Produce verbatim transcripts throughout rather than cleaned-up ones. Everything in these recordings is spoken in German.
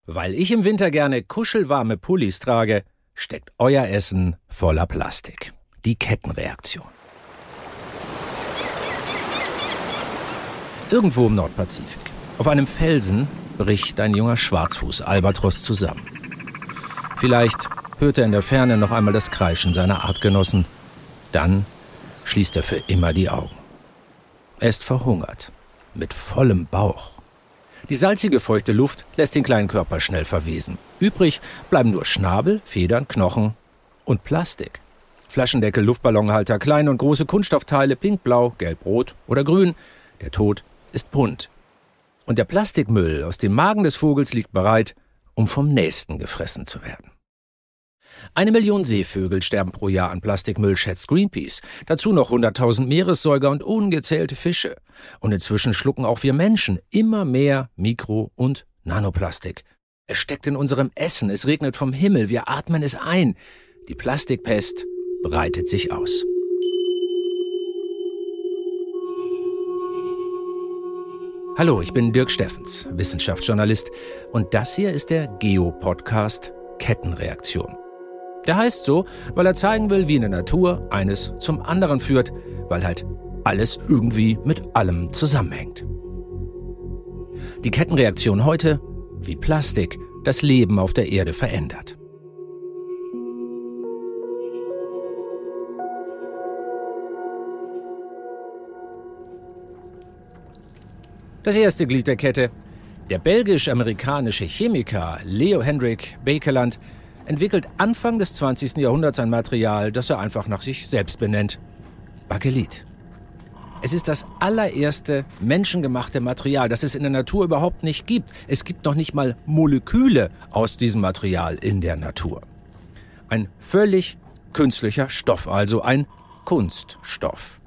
Weil ich im Winter gerne kuschelwarme Pullis trage, steckt euer Essen voller Plastik. Die Kettenreaktion. Irgendwo im Nordpazifik, auf einem Felsen, bricht ein junger Schwarzfuß-Albatros zusammen. Vielleicht hört er in der Ferne noch einmal das Kreischen seiner Artgenossen. Dann schließt er für immer die Augen. Er ist verhungert, mit vollem Bauch. Die salzige, feuchte Luft lässt den kleinen Körper schnell verwesen. Übrig bleiben nur Schnabel, Federn, Knochen und Plastik. Flaschendeckel, Luftballonhalter, kleine und große Kunststoffteile, pink, blau, gelb, rot oder grün. Der Tod ist bunt. Und der Plastikmüll aus dem Magen des Vogels liegt bereit, um vom Nächsten gefressen zu werden. Eine Million Seevögel sterben pro Jahr an Plastikmüll, schätzt Greenpeace. Dazu noch hunderttausend Meeressäuger und ungezählte Fische. Und inzwischen schlucken auch wir Menschen immer mehr Mikro- und Nanoplastik. Es steckt in unserem Essen, es regnet vom Himmel, wir atmen es ein. Die Plastikpest breitet sich aus. Hallo, ich bin Dirk Steffens, Wissenschaftsjournalist. Und das hier ist der Geo-Podcast Kettenreaktion. Der heißt so, weil er zeigen will, wie in der Natur eines zum anderen führt, weil halt alles irgendwie mit allem zusammenhängt. Die Kettenreaktion heute, wie Plastik das Leben auf der Erde verändert. Das erste Glied der Kette. Der belgisch-amerikanische Chemiker Leo Hendrik Baekeland entwickelt Anfang des zwanzigsten Jahrhunderts ein Material, das er einfach nach sich selbst benennt: Bakelit. Es ist das allererste menschengemachte Material, das es in der Natur überhaupt nicht gibt. Es gibt noch nicht mal Moleküle aus diesem Material in der Natur. Ein völlig künstlicher Stoff, also ein Kunststoff.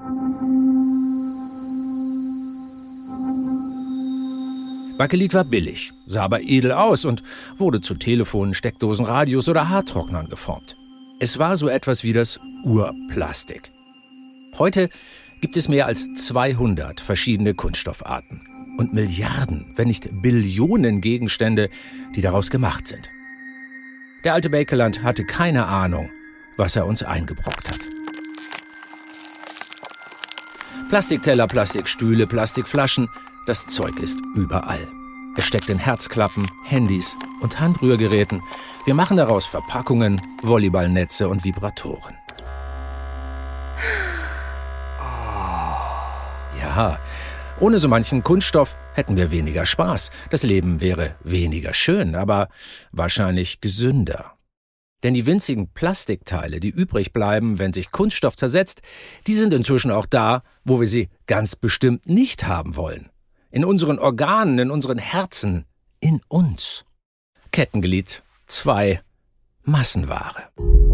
Bakelit war billig, sah aber edel aus und wurde zu Telefonen, Steckdosen, Radios oder Haartrocknern geformt. Es war so etwas wie das Urplastik. Heute gibt es mehr als zweihundert verschiedene Kunststoffarten und Milliarden, wenn nicht Billionen Gegenstände, die daraus gemacht sind. Der alte Baekeland hatte keine Ahnung, was er uns eingebrockt hat. Plastikteller, Plastikstühle, Plastikflaschen, das Zeug ist überall. Es steckt in Herzklappen, Handys und Handrührgeräten. Wir machen daraus Verpackungen, Volleyballnetze und Vibratoren. Ja, ohne so manchen Kunststoff hätten wir weniger Spaß. Das Leben wäre weniger schön, aber wahrscheinlich gesünder. Denn die winzigen Plastikteile, die übrig bleiben, wenn sich Kunststoff zersetzt, die sind inzwischen auch da, wo wir sie ganz bestimmt nicht haben wollen. In unseren Organen, in unseren Herzen, in uns. Kettenglied zwei. Massenware.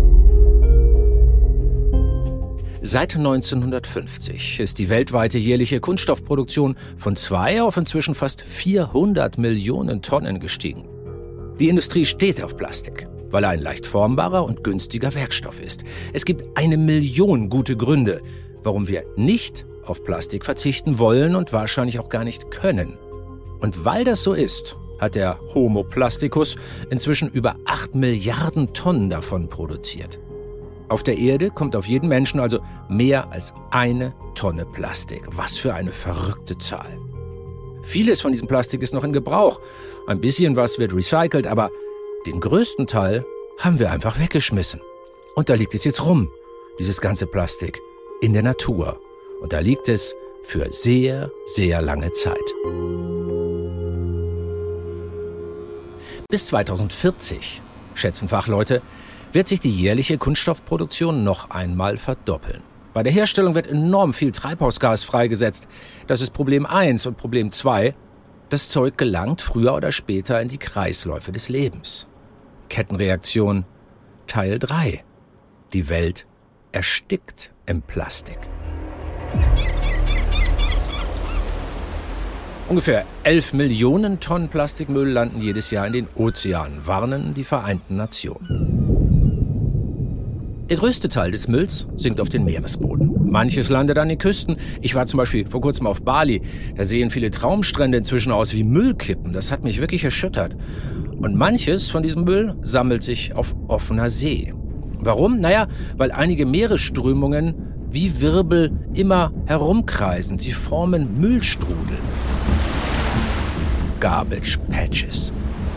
Seit neunzehnhundertfünfzig ist die weltweite jährliche Kunststoffproduktion von zwei auf inzwischen fast vierhundert Millionen Tonnen gestiegen. Die Industrie steht auf Plastik, weil er ein leicht formbarer und günstiger Werkstoff ist. Es gibt eine Million gute Gründe, warum wir nicht auf Plastik verzichten wollen und wahrscheinlich auch gar nicht können. Und weil das so ist, hat der Homo plasticus inzwischen über acht Milliarden Tonnen davon produziert. Auf der Erde kommt auf jeden Menschen also mehr als eine Tonne Plastik. Was für eine verrückte Zahl. Vieles von diesem Plastik ist noch in Gebrauch. Ein bisschen was wird recycelt, aber den größten Teil haben wir einfach weggeschmissen. Und da liegt es jetzt rum, dieses ganze Plastik, in der Natur. Und da liegt es für sehr, sehr lange Zeit. Bis zweitausendvierzig, schätzen Fachleute, wird sich die jährliche Kunststoffproduktion noch einmal verdoppeln. Bei der Herstellung wird enorm viel Treibhausgas freigesetzt. Das ist Problem eins und Problem zwei. Das Zeug gelangt früher oder später in die Kreisläufe des Lebens. Kettenreaktion Teil drei. Die Welt erstickt im Plastik. Ungefähr elf Millionen Tonnen Plastikmüll landen jedes Jahr in den Ozeanen, warnen die Vereinten Nationen. Der größte Teil des Mülls sinkt auf den Meeresboden. Manches landet an den Küsten. Ich war zum Beispiel vor kurzem auf Bali. Da sehen viele Traumstrände inzwischen aus wie Müllkippen. Das hat mich wirklich erschüttert. Und manches von diesem Müll sammelt sich auf offener See. Warum? Naja, weil einige Meeresströmungen wie Wirbel immer herumkreisen. Sie formen Müllstrudel. Garbage Patches.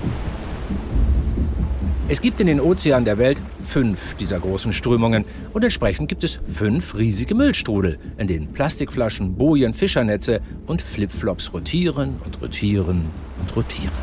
Es gibt in den Ozeanen der Welt fünf dieser großen Strömungen und entsprechend gibt es fünf riesige Müllstrudel, in denen Plastikflaschen, Bojen, Fischernetze und Flipflops rotieren und rotieren und rotieren.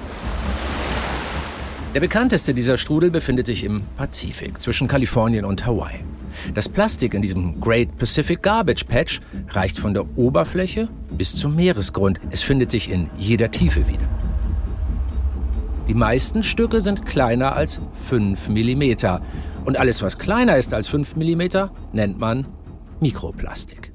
Der bekannteste dieser Strudel befindet sich im Pazifik zwischen Kalifornien und Hawaii. Das Plastik in diesem Great Pacific Garbage Patch reicht von der Oberfläche bis zum Meeresgrund. Es findet sich in jeder Tiefe wieder. Die meisten Stücke sind kleiner als fünf Millimeter. Und alles, was kleiner ist als fünf Millimeter, nennt man Mikroplastik.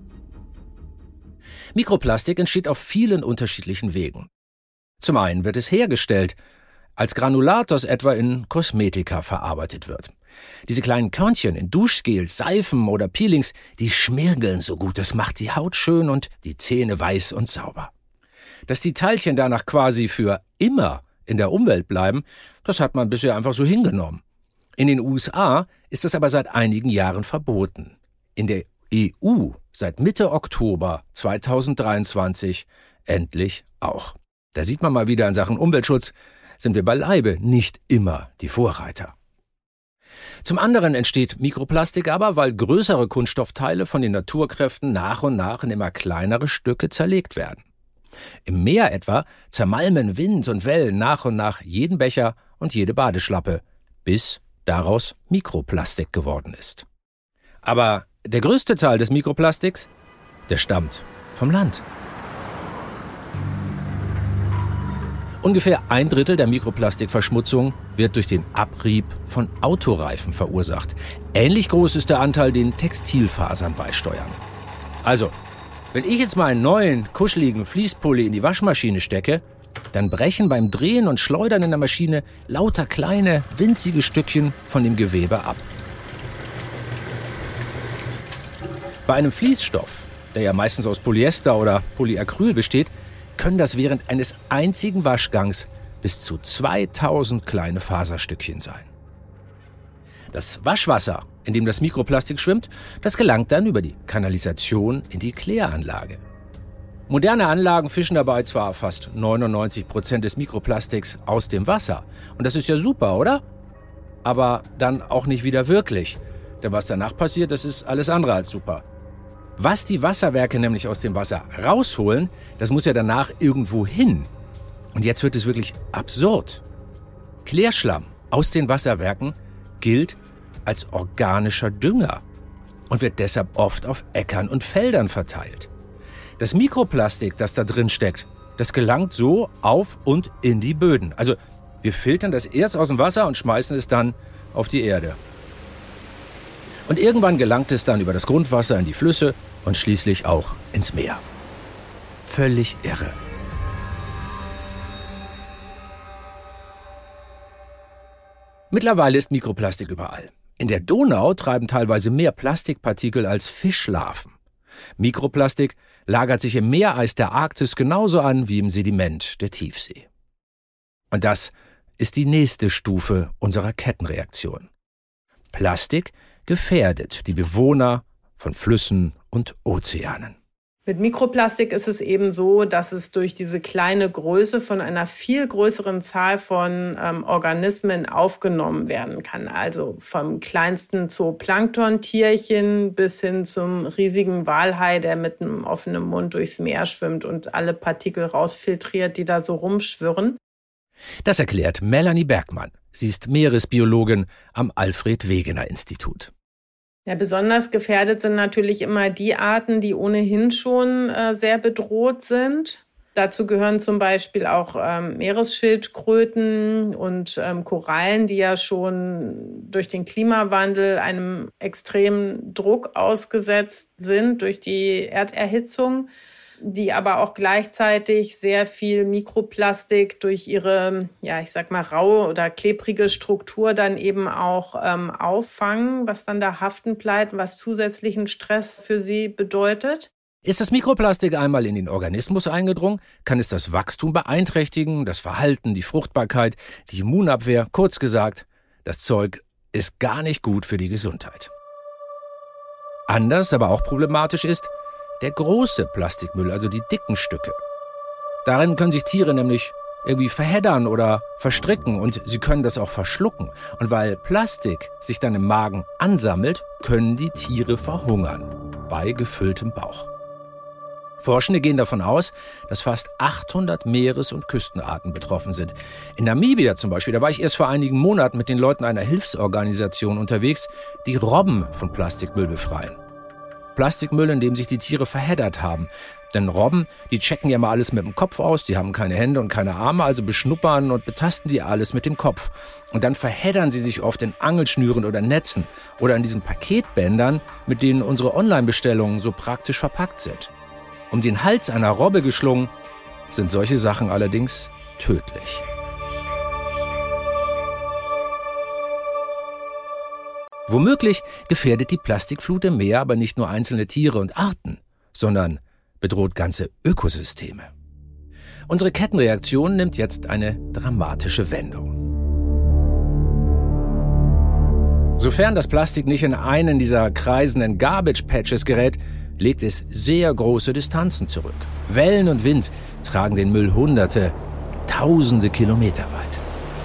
Mikroplastik entsteht auf vielen unterschiedlichen Wegen. Zum einen wird es hergestellt, als Granulat, das etwa in Kosmetika verarbeitet wird. Diese kleinen Körnchen in Duschgels, Seifen oder Peelings, die schmirgeln so gut, das macht die Haut schön und die Zähne weiß und sauber. Dass die Teilchen danach quasi für immer in der Umwelt bleiben, das hat man bisher einfach so hingenommen. In den U S A ist das aber seit einigen Jahren verboten. In der E U seit Mitte Oktober zweitausenddreiundzwanzig endlich auch. Da sieht man mal wieder, in Sachen Umweltschutz sind wir beileibe nicht immer die Vorreiter. Zum anderen entsteht Mikroplastik aber, weil größere Kunststoffteile von den Naturkräften nach und nach in immer kleinere Stücke zerlegt werden. Im Meer etwa zermalmen Wind und Wellen nach und nach jeden Becher und jede Badeschlappe, bis daraus Mikroplastik geworden ist. Aber der größte Teil des Mikroplastiks, der stammt vom Land. Ungefähr ein Drittel der Mikroplastikverschmutzung wird durch den Abrieb von Autoreifen verursacht. Ähnlich groß ist der Anteil, den Textilfasern beisteuern. Also, wenn ich jetzt mal einen neuen, kuscheligen Fließpulli in die Waschmaschine stecke, dann brechen beim Drehen und Schleudern in der Maschine lauter kleine, winzige Stückchen von dem Gewebe ab. Bei einem Fließstoff, der ja meistens aus Polyester oder Polyacryl besteht, können das während eines einzigen Waschgangs bis zu zweitausend kleine Faserstückchen sein. Das Waschwasser, in dem das Mikroplastik schwimmt, das gelangt dann über die Kanalisation in die Kläranlage. Moderne Anlagen fischen dabei zwar fast neunundneunzig Prozent des Mikroplastiks aus dem Wasser. Und das ist ja super, oder? Aber dann auch nicht wieder wirklich. Denn was danach passiert, das ist alles andere als super. Was die Wasserwerke nämlich aus dem Wasser rausholen, das muss ja danach irgendwo hin. Und jetzt wird es wirklich absurd. Klärschlamm aus den Wasserwerken gilt als organischer Dünger und wird deshalb oft auf Äckern und Feldern verteilt. Das Mikroplastik, das da drin steckt, das gelangt so auf und in die Böden. Also wir filtern das erst aus dem Wasser und schmeißen es dann auf die Erde. Und irgendwann gelangt es dann über das Grundwasser in die Flüsse und schließlich auch ins Meer. Völlig irre. Mittlerweile ist Mikroplastik überall. In der Donau treiben teilweise mehr Plastikpartikel als Fischlarven. Mikroplastik lagert sich im Meereis der Arktis genauso an wie im Sediment der Tiefsee. Und das ist die nächste Stufe unserer Kettenreaktion. Plastik gefährdet die Bewohner von Flüssen und Ozeanen. Mit Mikroplastik ist es eben so, dass es durch diese kleine Größe von einer viel größeren Zahl von ähm, Organismen aufgenommen werden kann. Also vom kleinsten Zooplanktontierchen bis hin zum riesigen Walhai, der mit einem offenen Mund durchs Meer schwimmt und alle Partikel rausfiltriert, die da so rumschwirren. Das erklärt Melanie Bergmann. Sie ist Meeresbiologin am Alfred-Wegener-Institut. Ja, besonders gefährdet sind natürlich immer die Arten, die ohnehin schon äh, sehr bedroht sind. Dazu gehören zum Beispiel auch ähm, Meeresschildkröten und ähm, Korallen, die ja schon durch den Klimawandel einem extremen Druck ausgesetzt sind durch die Erderhitzung, die aber auch gleichzeitig sehr viel Mikroplastik durch ihre, ja, ich sag mal, raue oder klebrige Struktur dann eben auch ähm, auffangen, was dann da haften bleibt, was zusätzlichen Stress für sie bedeutet. Ist das Mikroplastik einmal in den Organismus eingedrungen, kann es das Wachstum beeinträchtigen, das Verhalten, die Fruchtbarkeit, die Immunabwehr. Kurz gesagt, das Zeug ist gar nicht gut für die Gesundheit. Anders, aber auch problematisch ist der große Plastikmüll, also die dicken Stücke. Darin können sich Tiere nämlich irgendwie verheddern oder verstricken und sie können das auch verschlucken. Und weil Plastik sich dann im Magen ansammelt, können die Tiere verhungern bei gefülltem Bauch. Forschende gehen davon aus, dass fast achthundert Meeres- und Küstenarten betroffen sind. In Namibia zum Beispiel, da war ich erst vor einigen Monaten mit den Leuten einer Hilfsorganisation unterwegs, die Robben von Plastikmüll befreien. Plastikmüll, in dem sich die Tiere verheddert haben. Denn Robben, die checken ja mal alles mit dem Kopf aus, die haben keine Hände und keine Arme, also beschnuppern und betasten die alles mit dem Kopf. Und dann verheddern sie sich oft in Angelschnüren oder Netzen oder in diesen Paketbändern, mit denen unsere Online-Bestellungen so praktisch verpackt sind. Um den Hals einer Robbe geschlungen, sind solche Sachen allerdings tödlich. Womöglich gefährdet die Plastikflut im Meer aber nicht nur einzelne Tiere und Arten, sondern bedroht ganze Ökosysteme. Unsere Kettenreaktion nimmt jetzt eine dramatische Wendung. Sofern das Plastik nicht in einen dieser kreisenden Garbage-Patches gerät, legt es sehr große Distanzen zurück. Wellen und Wind tragen den Müll hunderte, tausende Kilometer weit.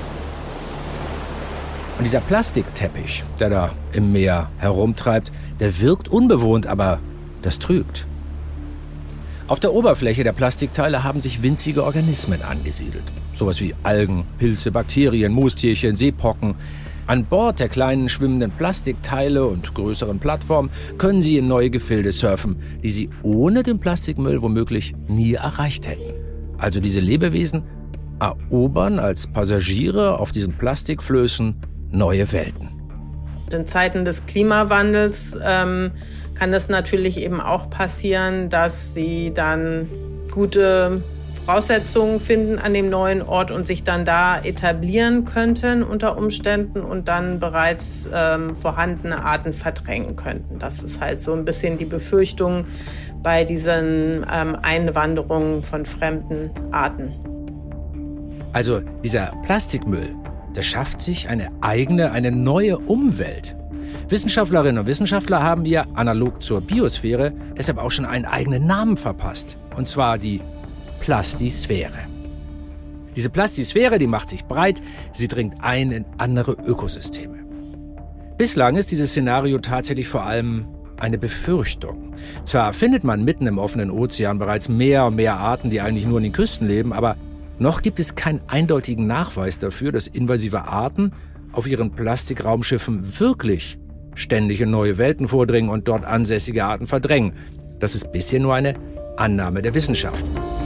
Und dieser Plastikteppich, der da im Meer herumtreibt, der wirkt unbewohnt, aber das trügt. Auf der Oberfläche der Plastikteile haben sich winzige Organismen angesiedelt. Sowas wie Algen, Pilze, Bakterien, Moostierchen, Seepocken. An Bord der kleinen schwimmenden Plastikteile und größeren Plattformen können sie in neue Gefilde surfen, die sie ohne den Plastikmüll womöglich nie erreicht hätten. Also diese Lebewesen erobern als Passagiere auf diesen Plastikflößen neue Welten. In Zeiten des Klimawandels ähm, kann es natürlich eben auch passieren, dass sie dann gute Voraussetzungen finden an dem neuen Ort und sich dann da etablieren könnten unter Umständen und dann bereits ähm, vorhandene Arten verdrängen könnten. Das ist halt so ein bisschen die Befürchtung bei diesen ähm, Einwanderungen von fremden Arten. Also dieser Plastikmüll, der schafft sich eine eigene, eine neue Umwelt. Wissenschaftlerinnen und Wissenschaftler haben ihr, analog zur Biosphäre, deshalb auch schon einen eigenen Namen verpasst. Und zwar die Plastisphäre. Diese Plastisphäre, die macht sich breit, sie dringt ein in andere Ökosysteme. Bislang ist dieses Szenario tatsächlich vor allem eine Befürchtung. Zwar findet man mitten im offenen Ozean bereits mehr und mehr Arten, die eigentlich nur an den Küsten leben, aber noch gibt es keinen eindeutigen Nachweis dafür, dass invasive Arten auf ihren Plastikraumschiffen wirklich ständig in neue Welten vordringen und dort ansässige Arten verdrängen. Das ist bisher nur eine Annahme der Wissenschaft.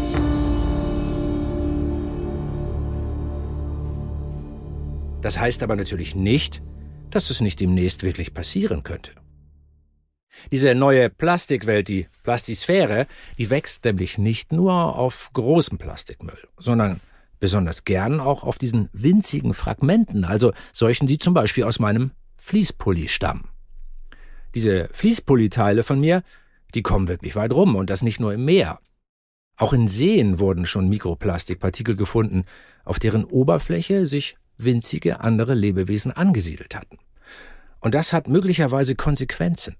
Das heißt aber natürlich nicht, dass es nicht demnächst wirklich passieren könnte. Diese neue Plastikwelt, die Plastisphäre, die wächst nämlich nicht nur auf großem Plastikmüll, sondern besonders gern auch auf diesen winzigen Fragmenten, also solchen, die zum Beispiel aus meinem Fließpulli stammen. Diese Fließpulliteile von mir, die kommen wirklich weit rum und das nicht nur im Meer. Auch in Seen wurden schon Mikroplastikpartikel gefunden, auf deren Oberfläche sich winzige andere Lebewesen angesiedelt hatten. Und das hat möglicherweise Konsequenzen.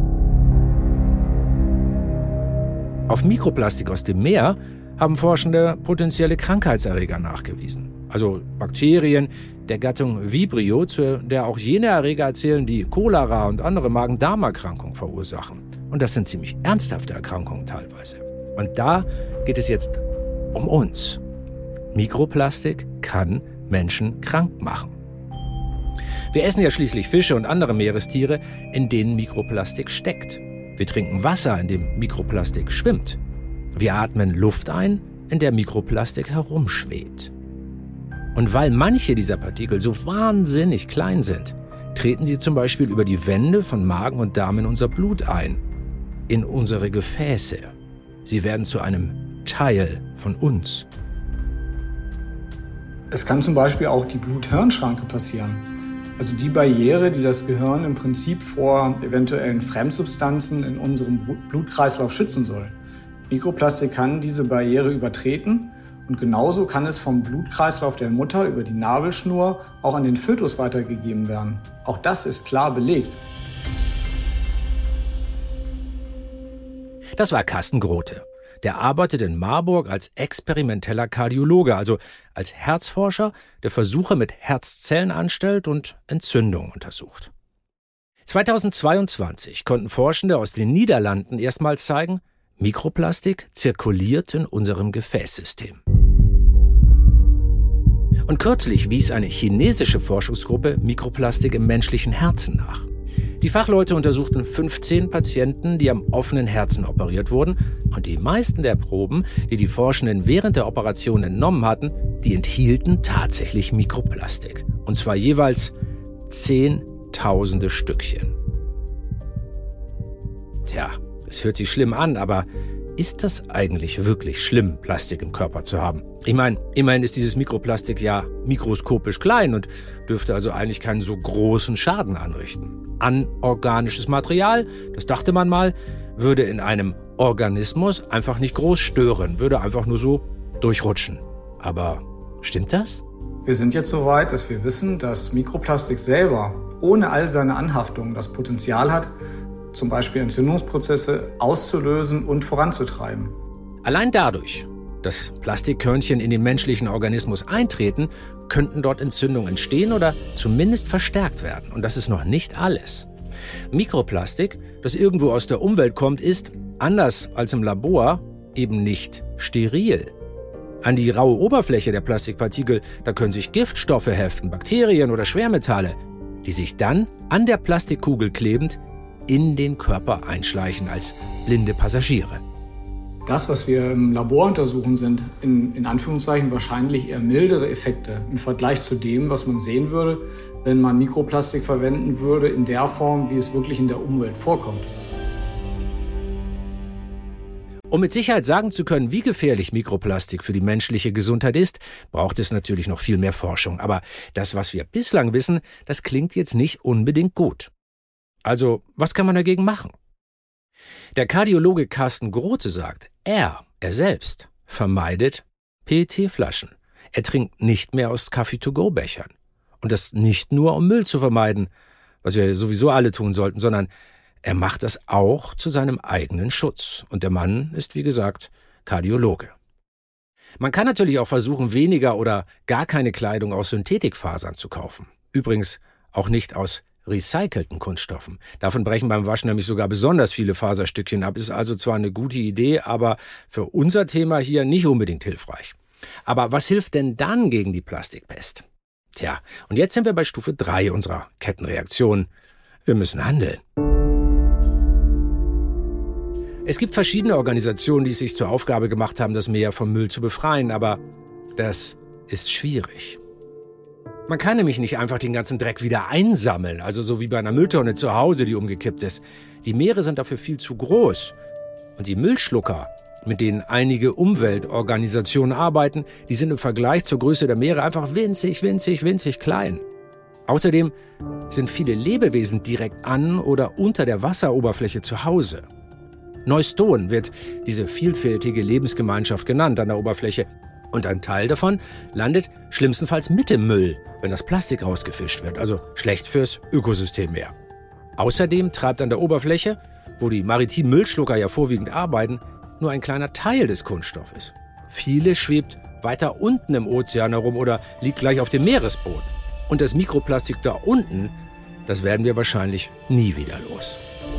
Auf Mikroplastik aus dem Meer haben Forschende potenzielle Krankheitserreger nachgewiesen. Also Bakterien der Gattung Vibrio, zu der auch jene Erreger zählen, die Cholera und andere Magen-Darm-Erkrankungen verursachen. Und das sind ziemlich ernsthafte Erkrankungen teilweise. Und da geht es jetzt um uns. Mikroplastik kann Menschen krank machen. Wir essen ja schließlich Fische und andere Meerestiere, in denen Mikroplastik steckt. Wir trinken Wasser, in dem Mikroplastik schwimmt. Wir atmen Luft ein, in der Mikroplastik herumschwebt. Und weil manche dieser Partikel so wahnsinnig klein sind, treten sie zum Beispiel über die Wände von Magen und Darm in unser Blut ein, in unsere Gefäße. Sie werden zu einem Teil von uns. Es kann zum Beispiel auch die Blut-Hirn-Schranke passieren. Also die Barriere, die das Gehirn im Prinzip vor eventuellen Fremdsubstanzen in unserem Blutkreislauf schützen soll. Mikroplastik kann diese Barriere übertreten und genauso kann es vom Blutkreislauf der Mutter über die Nabelschnur auch an den Fötus weitergegeben werden. Auch das ist klar belegt. Das war Carsten Grote. Der arbeitet in Marburg als experimenteller Kardiologe, also als Herzforscher, der Versuche mit Herzzellen anstellt und Entzündungen untersucht. zweitausendzweiundzwanzig konnten Forschende aus den Niederlanden erstmals zeigen, Mikroplastik zirkuliert in unserem Gefäßsystem. Und kürzlich wies eine chinesische Forschungsgruppe Mikroplastik im menschlichen Herzen nach. Die Fachleute untersuchten fünfzehn Patienten, die am offenen Herzen operiert wurden. Und die meisten der Proben, die die Forschenden während der Operation entnommen hatten, die enthielten tatsächlich Mikroplastik. Und zwar jeweils Zehntausende Stückchen. Tja, es hört sich schlimm an, aber ist das eigentlich wirklich schlimm, Plastik im Körper zu haben? Ich meine, immerhin ist dieses Mikroplastik ja mikroskopisch klein und dürfte also eigentlich keinen so großen Schaden anrichten. Anorganisches Material, das dachte man mal, würde in einem Organismus einfach nicht groß stören, würde einfach nur so durchrutschen. Aber stimmt das? Wir sind jetzt so weit, dass wir wissen, dass Mikroplastik selber ohne all seine Anhaftungen das Potenzial hat, zum Beispiel Entzündungsprozesse auszulösen und voranzutreiben. Allein dadurch, dass Plastikkörnchen in den menschlichen Organismus eintreten, könnten dort Entzündungen entstehen oder zumindest verstärkt werden. Und das ist noch nicht alles. Mikroplastik, das irgendwo aus der Umwelt kommt, ist, anders als im Labor, eben nicht steril. An die raue Oberfläche der Plastikpartikel, da können sich Giftstoffe heften, Bakterien oder Schwermetalle, die sich dann an der Plastikkugel klebend in den Körper einschleichen als blinde Passagiere. Das, was wir im Labor untersuchen, sind in, in Anführungszeichen wahrscheinlich eher mildere Effekte im Vergleich zu dem, was man sehen würde, wenn man Mikroplastik verwenden würde in der Form, wie es wirklich in der Umwelt vorkommt. Um mit Sicherheit sagen zu können, wie gefährlich Mikroplastik für die menschliche Gesundheit ist, braucht es natürlich noch viel mehr Forschung. Aber das, was wir bislang wissen, das klingt jetzt nicht unbedingt gut. Also, was kann man dagegen machen? Der Kardiologe Carsten Grote sagt, er, er selbst, vermeidet P E T-Flaschen. Er trinkt nicht mehr aus Coffee-to-go-Bechern. Und das nicht nur, um Müll zu vermeiden, was wir sowieso alle tun sollten, sondern er macht das auch zu seinem eigenen Schutz. Und der Mann ist, wie gesagt, Kardiologe. Man kann natürlich auch versuchen, weniger oder gar keine Kleidung aus Synthetikfasern zu kaufen. Übrigens auch nicht aus recycelten Kunststoffen. Davon brechen beim Waschen nämlich sogar besonders viele Faserstückchen ab. Ist also zwar eine gute Idee, aber für unser Thema hier nicht unbedingt hilfreich. Aber was hilft denn dann gegen die Plastikpest? Tja, und jetzt sind wir bei Stufe drei unserer Kettenreaktion. Wir müssen handeln. Es gibt verschiedene Organisationen, die es sich zur Aufgabe gemacht haben, das Meer vom Müll zu befreien, aber das ist schwierig. Man kann nämlich nicht einfach den ganzen Dreck wieder einsammeln, also so wie bei einer Mülltonne zu Hause, die umgekippt ist. Die Meere sind dafür viel zu groß. Und die Müllschlucker, mit denen einige Umweltorganisationen arbeiten, die sind im Vergleich zur Größe der Meere einfach winzig, winzig, winzig klein. Außerdem sind viele Lebewesen direkt an oder unter der Wasseroberfläche zu Hause. Neuston wird diese vielfältige Lebensgemeinschaft genannt an der Oberfläche. Und ein Teil davon landet schlimmstenfalls mit dem Müll, wenn das Plastik rausgefischt wird, also schlecht fürs Ökosystem mehr. Außerdem treibt an der Oberfläche, wo die maritimen Müllschlucker ja vorwiegend arbeiten, nur ein kleiner Teil des Kunststoffes. Viele schwebt weiter unten im Ozean herum oder liegt gleich auf dem Meeresboden. Und das Mikroplastik da unten, das werden wir wahrscheinlich nie wieder los.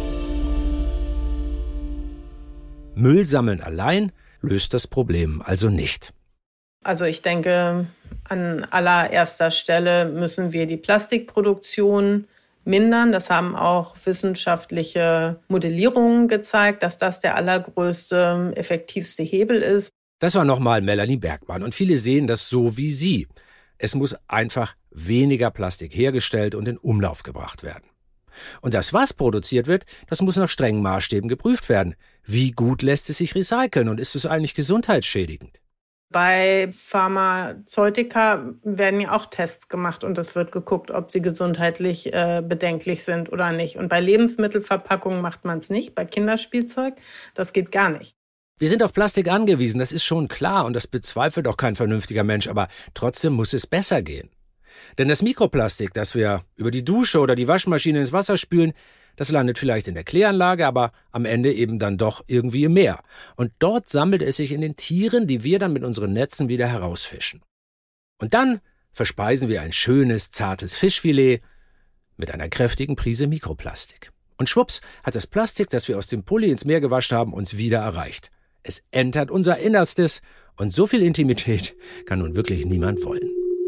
Müll sammeln allein löst das Problem also nicht. Also ich denke, an allererster Stelle müssen wir die Plastikproduktion mindern. Das haben auch wissenschaftliche Modellierungen gezeigt, dass das der allergrößte, effektivste Hebel ist. Das war nochmal Melanie Bergmann und viele sehen das so wie sie. Es muss einfach weniger Plastik hergestellt und in Umlauf gebracht werden. Und das, was produziert wird, das muss nach strengen Maßstäben geprüft werden. Wie gut lässt es sich recyceln und ist es eigentlich gesundheitsschädigend? Bei Pharmazeutika werden ja auch Tests gemacht und es wird geguckt, ob sie gesundheitlich äh, bedenklich sind oder nicht. Und bei Lebensmittelverpackungen macht man es nicht, bei Kinderspielzeug, das geht gar nicht. Wir sind auf Plastik angewiesen, das ist schon klar und das bezweifelt auch kein vernünftiger Mensch, aber trotzdem muss es besser gehen. Denn das Mikroplastik, das wir über die Dusche oder die Waschmaschine ins Wasser spülen, das landet vielleicht in der Kläranlage, aber am Ende eben dann doch irgendwie im Meer. Und dort sammelt es sich in den Tieren, die wir dann mit unseren Netzen wieder herausfischen. Und dann verspeisen wir ein schönes, zartes Fischfilet mit einer kräftigen Prise Mikroplastik. Und schwupps hat das Plastik, das wir aus dem Pulli ins Meer gewascht haben, uns wieder erreicht. Es entert unser Innerstes und so viel Intimität kann nun wirklich niemand wollen.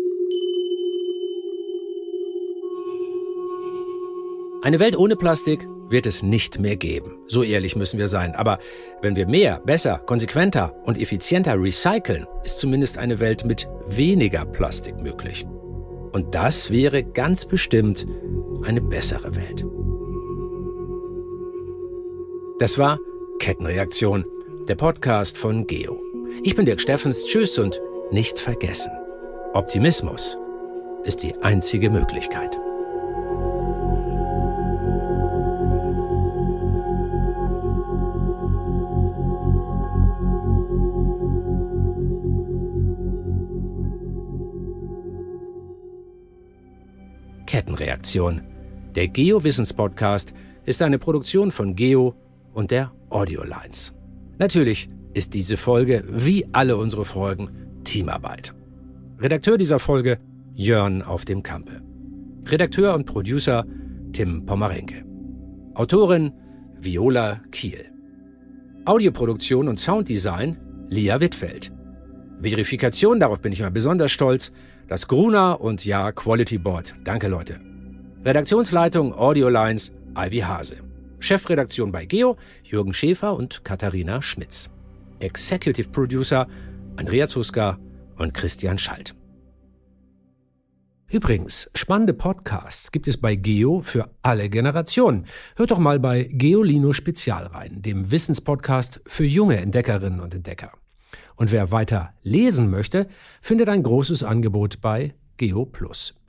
Eine Welt ohne Plastik wird es nicht mehr geben. So ehrlich müssen wir sein. Aber wenn wir mehr, besser, konsequenter und effizienter recyceln, ist zumindest eine Welt mit weniger Plastik möglich. Und das wäre ganz bestimmt eine bessere Welt. Das war Kettenreaktion, der Podcast von Geo. Ich bin Dirk Steffens. Tschüss und nicht vergessen: Optimismus ist die einzige Möglichkeit. Kettenreaktion. Der Geo-Wissens-Podcast ist eine Produktion von Geo und der Audiolines. Natürlich ist diese Folge, wie alle unsere Folgen, Teamarbeit. Redakteur dieser Folge Jörn auf dem Kampe. Redakteur und Producer Tim Pommerenke. Autorin Viola Kiel. Audioproduktion und Sounddesign Lia Wittfeld. Verifikation, darauf bin ich mal besonders stolz, das Gruner und Ja Quality Board. Danke, Leute. Redaktionsleitung Audiolines Ivy Hase. Chefredaktion bei Geo Jürgen Schäfer und Katharina Schmitz. Executive Producer Andrea Zuska und Christian Schalt. Übrigens, spannende Podcasts gibt es bei Geo für alle Generationen. Hört doch mal bei Geolino Spezial rein, dem Wissenspodcast für junge Entdeckerinnen und Entdecker. Und wer weiter lesen möchte, findet ein großes Angebot bei Geo Plus.